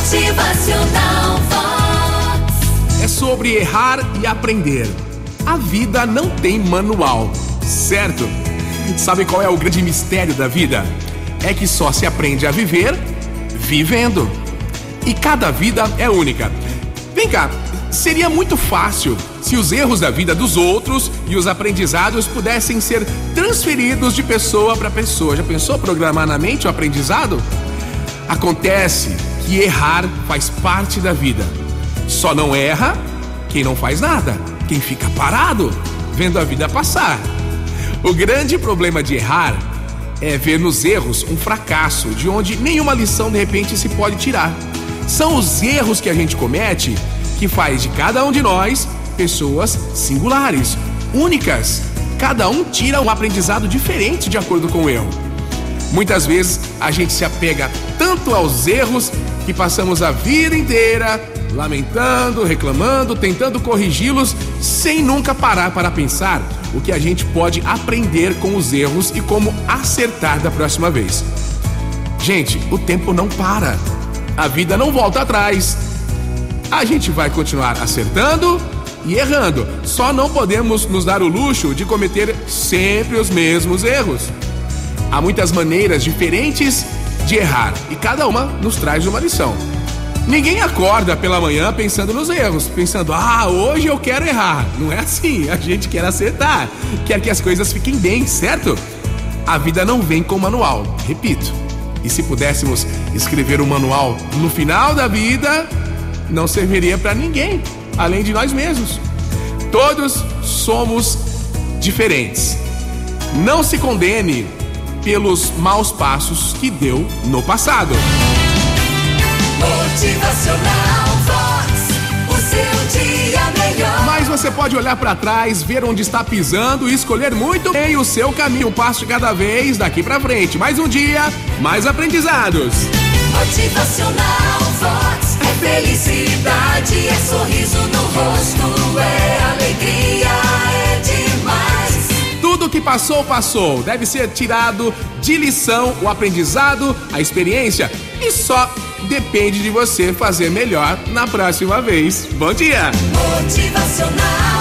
Motivacional Vox. É sobre errar e aprender. A vida não tem manual, certo? Sabe qual é o grande mistério da vida? É que só se aprende a viver vivendo. E cada vida é única. Vem cá, seria muito fácil se os erros da vida dos outros e os aprendizados pudessem ser transferidos de pessoa para pessoa. Já pensou programar na mente o aprendizado? Acontece que errar faz parte da vida. Só não erra quem não faz nada, quem fica parado, vendo a vida passar. O grande problema de errar é ver nos erros um fracasso, de onde nenhuma lição de repente se pode tirar. São os erros que a gente comete que faz de cada um de nós pessoas singulares, únicas. Cada um tira um aprendizado diferente de acordo com o erro. Muitas vezes a gente se apega tanto aos erros que passamos a vida inteira lamentando, reclamando, tentando corrigi-los, sem nunca parar para pensar o que a gente pode aprender com os erros e como acertar da próxima vez. Gente, o tempo não para. A vida não volta atrás. A gente vai continuar acertando e errando. Só não podemos nos dar o luxo de cometer sempre os mesmos erros. Há muitas maneiras diferentes de errar e cada uma nos traz uma lição. Ninguém acorda pela manhã pensando nos erros, pensando, hoje eu quero errar. Não é assim, a gente quer acertar, quer que as coisas fiquem bem, certo? A vida não vem com manual, repito. E se pudéssemos escrever um manual no final da vida, não serviria para ninguém, além de nós mesmos. Todos somos diferentes. Não se condene pelos maus passos que deu no passado. Motivacional Vox, o seu dia melhor. Mas você pode olhar para trás, ver onde está pisando e escolher muito bem o seu caminho, um passo de cada vez daqui para frente. Mais um dia, mais aprendizados. Motivacional Vox, é felicidade, é sorriso no rosto, é alegria, é demais. Tudo que passou, passou. Deve ser tirado de lição o aprendizado, a experiência, e só depende de você fazer melhor na próxima vez. Bom dia! Motivacional